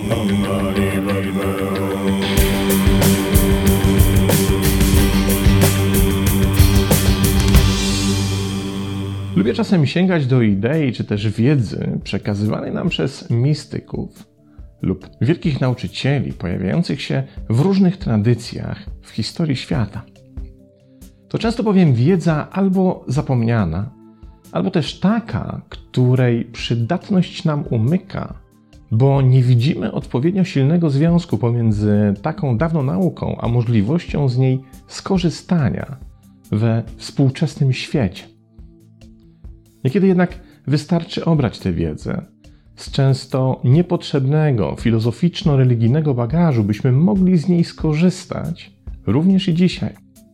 Lubię czasem sięgać do idei czy też wiedzy przekazywanej nam przez mistyków lub wielkich nauczycieli pojawiających się w różnych tradycjach w historii świata. To często bowiem wiedza albo zapomniana, albo też taka, której przydatność nam umyka, bo nie widzimy odpowiednio silnego związku pomiędzy taką dawną nauką, a możliwością z niej skorzystania we współczesnym świecie. Niekiedy jednak wystarczy obrać tę wiedzę z często niepotrzebnego, filozoficzno-religijnego bagażu, byśmy mogli z niej skorzystać również i dzisiaj.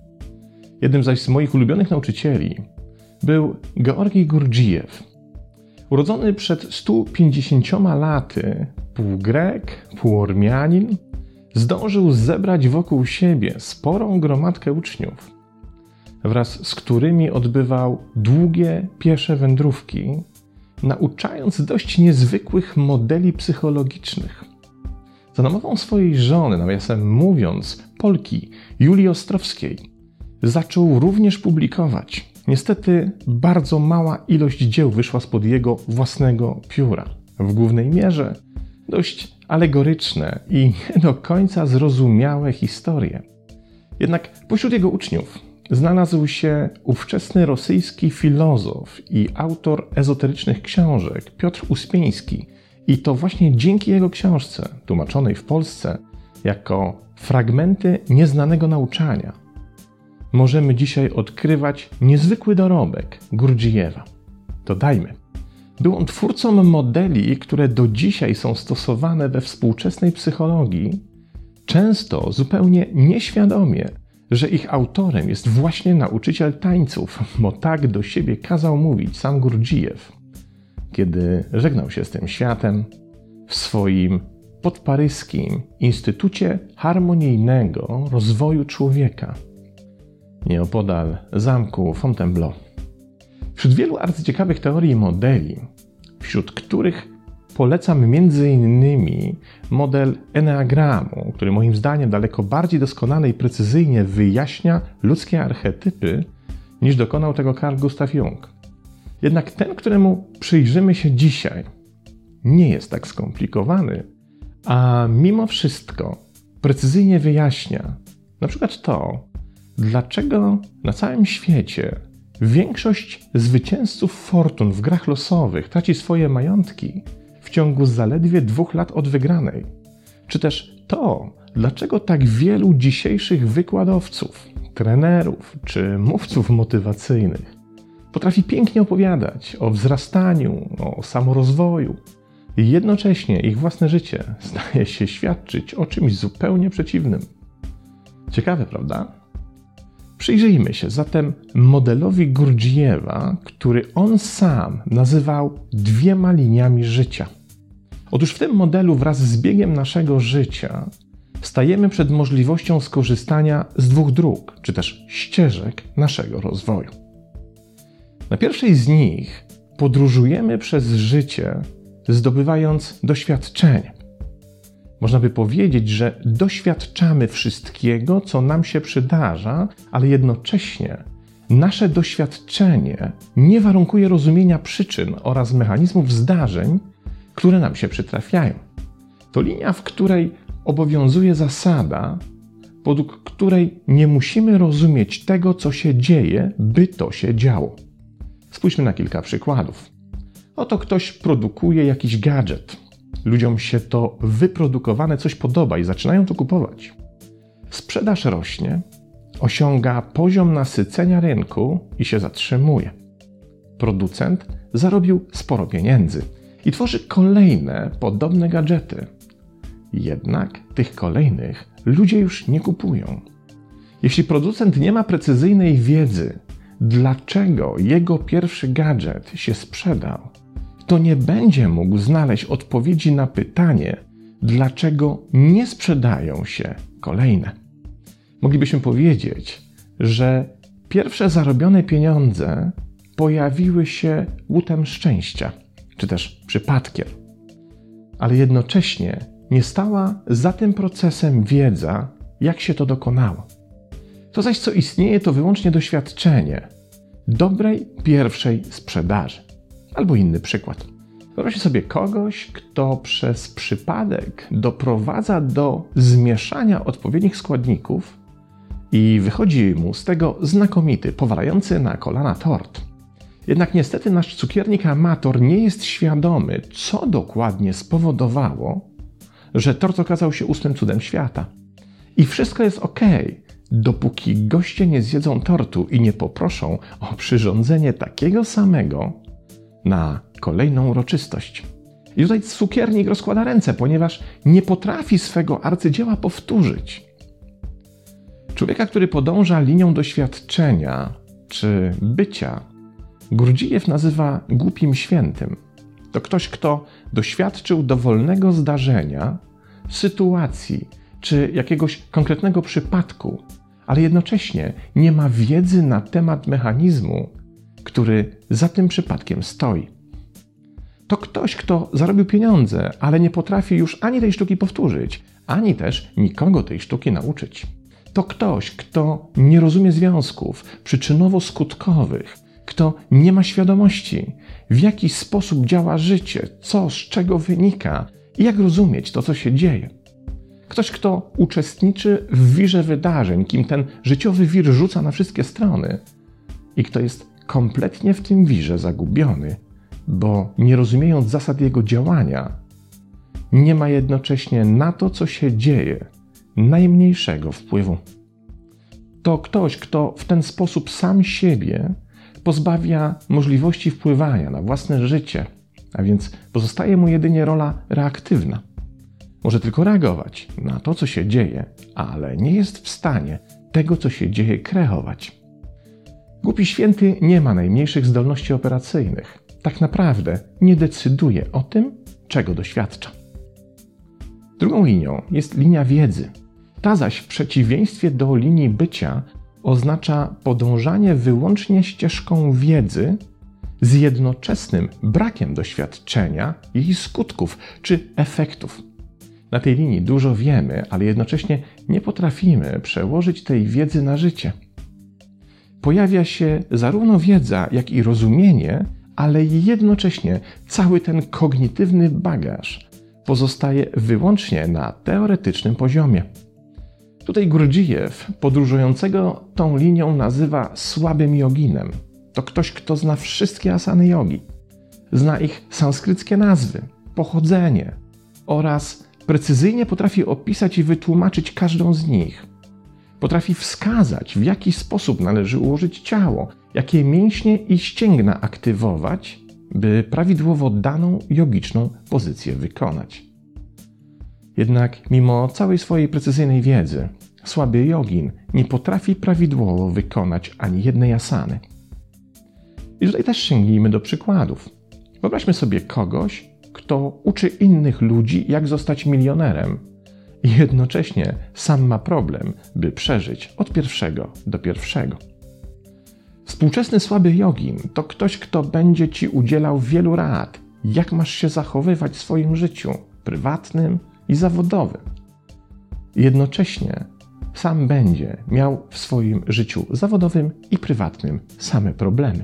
Jednym zaś z moich ulubionych nauczycieli był Georgij Gurdżijew. Urodzony przed 150 laty, pół Grek, pół Ormianin, zdążył zebrać wokół siebie sporą gromadkę uczniów, wraz z którymi odbywał długie, piesze wędrówki, nauczając dość niezwykłych modeli psychologicznych. Za namową swojej żony, nawiasem mówiąc, Polki Julii Ostrowskiej, zaczął również publikować. Niestety bardzo mała ilość dzieł wyszła spod jego własnego pióra. W głównej mierze dość alegoryczne i nie do końca zrozumiałe historie. Jednak pośród jego uczniów znalazł się ówczesny rosyjski filozof i autor ezoterycznych książek Piotr Uspieński i to właśnie dzięki jego książce, tłumaczonej w Polsce jako Fragmenty nieznanego nauczania, możemy dzisiaj odkrywać niezwykły dorobek Gurdżijewa. Dodajmy, był on twórcą modeli, które do dzisiaj są stosowane we współczesnej psychologii, często zupełnie nieświadomie, że ich autorem jest właśnie nauczyciel tańców, bo tak do siebie kazał mówić sam Gurdżijew, kiedy żegnał się z tym światem w swoim podparyskim Instytucie Harmonijnego Rozwoju Człowieka, nieopodal zamku Fontainebleau. Wśród wielu arcyciekawych teorii i modeli, wśród których polecam m.in. model Enneagramu, który moim zdaniem daleko bardziej doskonale i precyzyjnie wyjaśnia ludzkie archetypy, niż dokonał tego Carl Gustav Jung. Jednak ten, któremu przyjrzymy się dzisiaj, nie jest tak skomplikowany, a mimo wszystko precyzyjnie wyjaśnia na przykład to, dlaczego na całym świecie większość zwycięzców fortun w grach losowych traci swoje majątki w ciągu zaledwie 2 lat od wygranej. Czy też to, dlaczego tak wielu dzisiejszych wykładowców, trenerów czy mówców motywacyjnych potrafi pięknie opowiadać o wzrastaniu, o samorozwoju i jednocześnie ich własne życie zdaje się świadczyć o czymś zupełnie przeciwnym. Ciekawe, prawda? Przyjrzyjmy się zatem modelowi Gurdżijewa, który on sam nazywał 2 liniami życia. Otóż w tym modelu wraz z biegiem naszego życia stajemy przed możliwością skorzystania z 2 dróg, czy też ścieżek naszego rozwoju. Na pierwszej z nich podróżujemy przez życie, zdobywając doświadczenie. Można by powiedzieć, że doświadczamy wszystkiego, co nam się przydarza, ale jednocześnie nasze doświadczenie nie warunkuje rozumienia przyczyn oraz mechanizmów zdarzeń, które nam się przytrafiają. To linia, w której obowiązuje zasada, według której nie musimy rozumieć tego, co się dzieje, by to się działo. Spójrzmy na kilka przykładów. Oto ktoś produkuje jakiś gadżet. Ludziom się to wyprodukowane coś podoba i zaczynają to kupować. Sprzedaż rośnie, osiąga poziom nasycenia rynku i się zatrzymuje. Producent zarobił sporo pieniędzy i tworzy kolejne podobne gadżety. Jednak tych kolejnych ludzie już nie kupują. Jeśli producent nie ma precyzyjnej wiedzy, dlaczego jego pierwszy gadżet się sprzedał, to nie będzie mógł znaleźć odpowiedzi na pytanie, dlaczego nie sprzedają się kolejne. Moglibyśmy powiedzieć, że pierwsze zarobione pieniądze pojawiły się łutem szczęścia, czy też przypadkiem. Ale jednocześnie nie stała za tym procesem wiedza, jak się to dokonało. To zaś, co istnieje, to wyłącznie doświadczenie dobrej pierwszej sprzedaży. Albo inny przykład. Wyobraźcie sobie kogoś, kto przez przypadek doprowadza do zmieszania odpowiednich składników i wychodzi mu z tego znakomity, powalający na kolana tort. Jednak niestety nasz cukiernik amator nie jest świadomy, co dokładnie spowodowało, że tort okazał się ustnym cudem świata. I wszystko jest okej, dopóki goście nie zjedzą tortu i nie poproszą o przyrządzenie takiego samego na kolejną uroczystość. I tutaj cukiernik rozkłada ręce, ponieważ nie potrafi swego arcydzieła powtórzyć. Człowieka, który podąża linią doświadczenia czy bycia, Gurdjieff nazywa głupim świętym. To ktoś, kto doświadczył dowolnego zdarzenia, sytuacji czy jakiegoś konkretnego przypadku, ale jednocześnie nie ma wiedzy na temat mechanizmu, który za tym przypadkiem stoi. To ktoś, kto zarobił pieniądze, ale nie potrafi już ani tej sztuki powtórzyć, ani też nikogo tej sztuki nauczyć. To ktoś, kto nie rozumie związków przyczynowo-skutkowych, kto nie ma świadomości, w jaki sposób działa życie, co z czego wynika i jak rozumieć to, co się dzieje. Ktoś, kto uczestniczy w wirze wydarzeń, kim ten życiowy wir rzuca na wszystkie strony i kto jest kompletnie w tym wirze zagubiony, bo nie rozumiejąc zasad jego działania, nie ma jednocześnie na to, co się dzieje, najmniejszego wpływu. To ktoś, kto w ten sposób sam siebie pozbawia możliwości wpływania na własne życie, a więc pozostaje mu jedynie rola reaktywna. Może tylko reagować na to, co się dzieje, ale nie jest w stanie tego, co się dzieje, kreować. Głupi święty nie ma najmniejszych zdolności operacyjnych. Tak naprawdę nie decyduje o tym, czego doświadcza. Drugą linią jest linia wiedzy. Ta zaś w przeciwieństwie do linii bycia oznacza podążanie wyłącznie ścieżką wiedzy z jednoczesnym brakiem doświadczenia jej skutków czy efektów. Na tej linii dużo wiemy, ale jednocześnie nie potrafimy przełożyć tej wiedzy na życie. Pojawia się zarówno wiedza, jak i rozumienie, ale jednocześnie cały ten kognitywny bagaż pozostaje wyłącznie na teoretycznym poziomie. Tutaj Gurdjieff podróżującego tą linią nazywa słabym joginem. To ktoś, kto zna wszystkie asany jogi, zna ich sanskryckie nazwy, pochodzenie oraz precyzyjnie potrafi opisać i wytłumaczyć każdą z nich. Potrafi wskazać, w jaki sposób należy ułożyć ciało, jakie mięśnie i ścięgna aktywować, by prawidłowo daną jogiczną pozycję wykonać. Jednak mimo całej swojej precyzyjnej wiedzy, słaby jogin nie potrafi prawidłowo wykonać ani jednej asany. I tutaj też sięgnijmy do przykładów. Wyobraźmy sobie kogoś, kto uczy innych ludzi, jak zostać milionerem i jednocześnie sam ma problem, by przeżyć od pierwszego do pierwszego. Współczesny słaby jogin to ktoś, kto będzie ci udzielał wielu rad, jak masz się zachowywać w swoim życiu prywatnym i zawodowym. Jednocześnie sam będzie miał w swoim życiu zawodowym i prywatnym same problemy.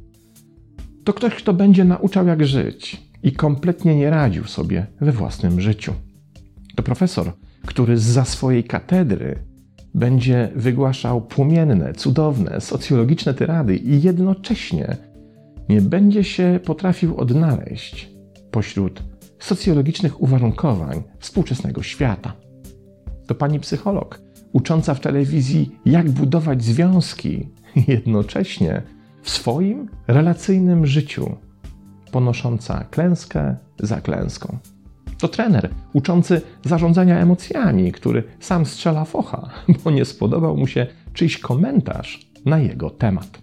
To ktoś, kto będzie nauczał, jak żyć i kompletnie nie radził sobie we własnym życiu. To profesor, który zza swojej katedry będzie wygłaszał płomienne, cudowne, socjologiczne tyrady i jednocześnie nie będzie się potrafił odnaleźć pośród socjologicznych uwarunkowań współczesnego świata. To pani psycholog, ucząca w telewizji, jak budować związki, jednocześnie w swoim relacyjnym życiu ponosząca klęskę za klęską. To trener uczący zarządzania emocjami, który sam strzela focha, bo nie spodobał mu się czyjś komentarz na jego temat.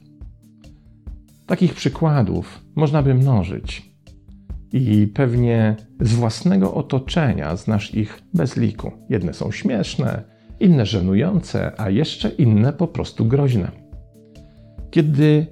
Takich przykładów można by mnożyć i pewnie z własnego otoczenia znasz ich bez liku. Jedne są śmieszne, inne żenujące, a jeszcze inne po prostu groźne. Kiedy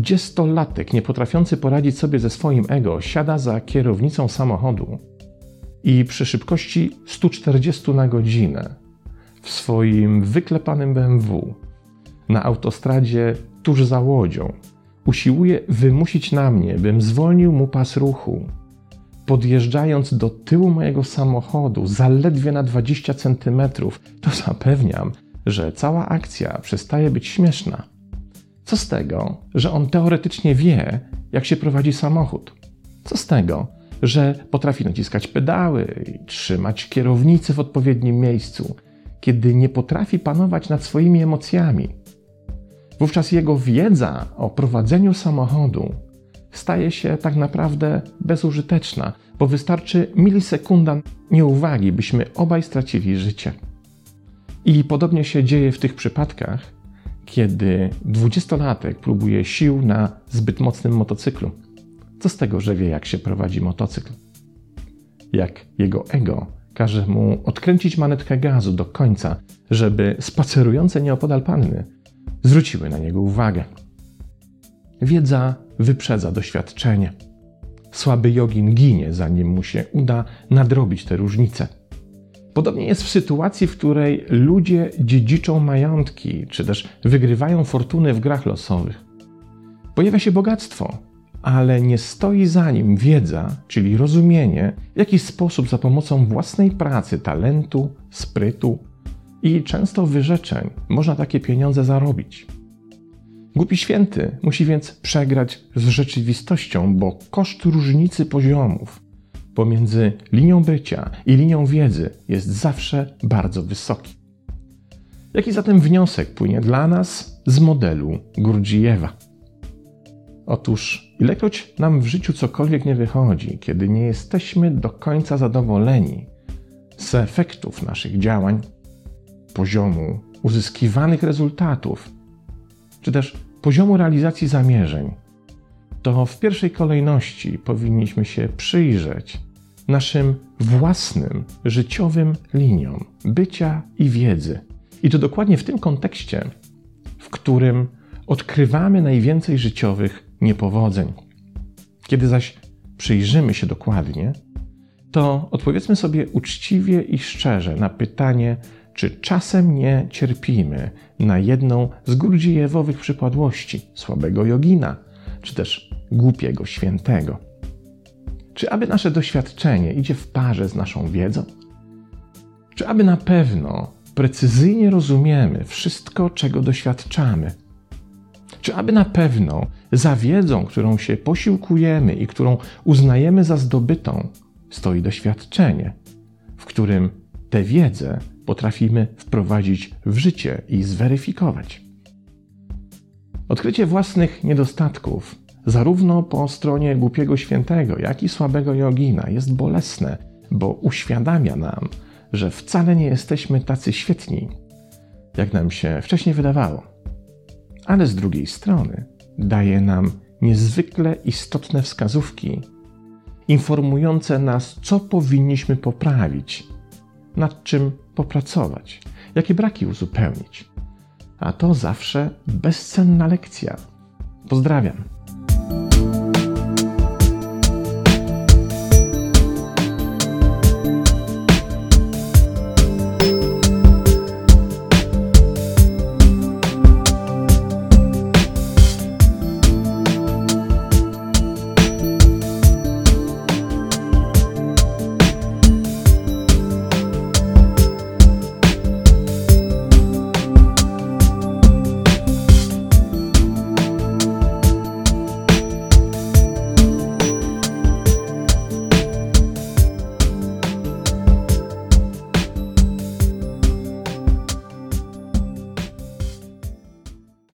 20-latek nie potrafiący poradzić sobie ze swoim ego siada za kierownicą samochodu, i przy szybkości 140 na godzinę w swoim wyklepanym BMW na autostradzie tuż za Łodzią usiłuje wymusić na mnie, bym zwolnił mu pas ruchu, podjeżdżając do tyłu mojego samochodu zaledwie na 20 cm, to zapewniam, że cała akcja przestaje być śmieszna. Co z tego, że on teoretycznie wie, jak się prowadzi samochód? Co z tego, że potrafi naciskać pedały i trzymać kierownicę w odpowiednim miejscu, kiedy nie potrafi panować nad swoimi emocjami? Wówczas jego wiedza o prowadzeniu samochodu staje się tak naprawdę bezużyteczna, bo wystarczy milisekunda nieuwagi, byśmy obaj stracili życie. I podobnie się dzieje w tych przypadkach, kiedy 20-latek próbuje sił na zbyt mocnym motocyklu. Co z tego, że wie, jak się prowadzi motocykl? Jak jego ego każe mu odkręcić manetkę gazu do końca, żeby spacerujące nieopodal panny zwróciły na niego uwagę. Wiedza wyprzedza doświadczenie. Słaby jogin ginie, zanim mu się uda nadrobić te różnice. Podobnie jest w sytuacji, w której ludzie dziedziczą majątki, czy też wygrywają fortuny w grach losowych. Pojawia się bogactwo, ale nie stoi za nim wiedza, czyli rozumienie, w jaki sposób za pomocą własnej pracy, talentu, sprytu i często wyrzeczeń można takie pieniądze zarobić. Głupi święty musi więc przegrać z rzeczywistością, bo koszt różnicy poziomów pomiędzy linią bycia i linią wiedzy jest zawsze bardzo wysoki. Jaki zatem wniosek płynie dla nas z modelu Gurdjieffa? Otóż, ilekroć nam w życiu cokolwiek nie wychodzi, kiedy nie jesteśmy do końca zadowoleni z efektów naszych działań, poziomu uzyskiwanych rezultatów, czy też poziomu realizacji zamierzeń, to w pierwszej kolejności powinniśmy się przyjrzeć naszym własnym życiowym liniom bycia i wiedzy. I to dokładnie w tym kontekście, w którym odkrywamy najwięcej życiowych niepowodzeń. Kiedy zaś przyjrzymy się dokładnie, to odpowiedzmy sobie uczciwie i szczerze na pytanie, czy czasem nie cierpimy na jedną z Gurdjieffowych przypadłości słabego jogina, czy też głupiego świętego. Czy aby nasze doświadczenie idzie w parze z naszą wiedzą? Czy aby na pewno precyzyjnie rozumiemy wszystko, czego doświadczamy? Czy aby na pewno za wiedzą, którą się posiłkujemy i którą uznajemy za zdobytą, stoi doświadczenie, w którym tę wiedzę potrafimy wprowadzić w życie i zweryfikować? Odkrycie własnych niedostatków, zarówno po stronie głupiego świętego, jak i słabego jogina, jest bolesne, bo uświadamia nam, że wcale nie jesteśmy tacy świetni, jak nam się wcześniej wydawało. Ale z drugiej strony daje nam niezwykle istotne wskazówki, informujące nas, co powinniśmy poprawić, nad czym popracować, jakie braki uzupełnić. A to zawsze bezcenna lekcja. Pozdrawiam.